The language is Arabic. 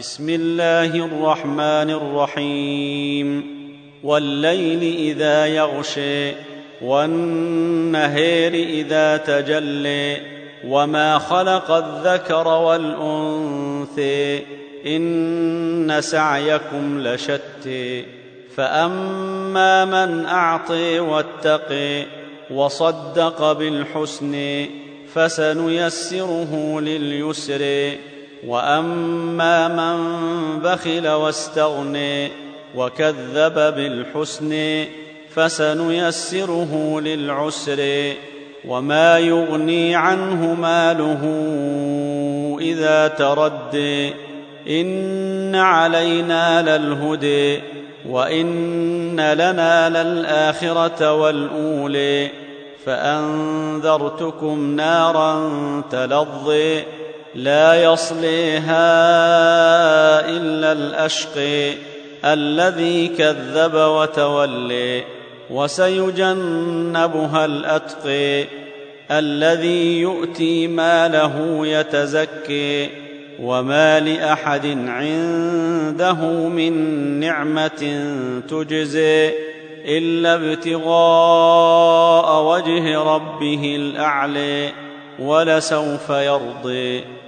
بسم الله الرحمن الرحيم والليل إذا يغشي والنهار إذا تجلي وما خلق الذكر والأنثى إن سعيكم لشتى فأما من أعطي واتقي وصدق بالحسن فسنيسره لليسر وأما من بخل واستغني وكذب بالحسن فسنيسره للعسر وما يغني عنه ماله إذا تردي إن علينا للهدي وإن لنا للآخرة والأولي فأنذرتكم نارا تلظي لا يصليها إلا الأشقي الذي كذب وتولي وسيجنبها الأتقي الذي يؤتي ماله يتزكي وما لأحد عنده من نعمة تجزي إلا ابتغاء وجه ربه الأعلى ولسوف يرضي.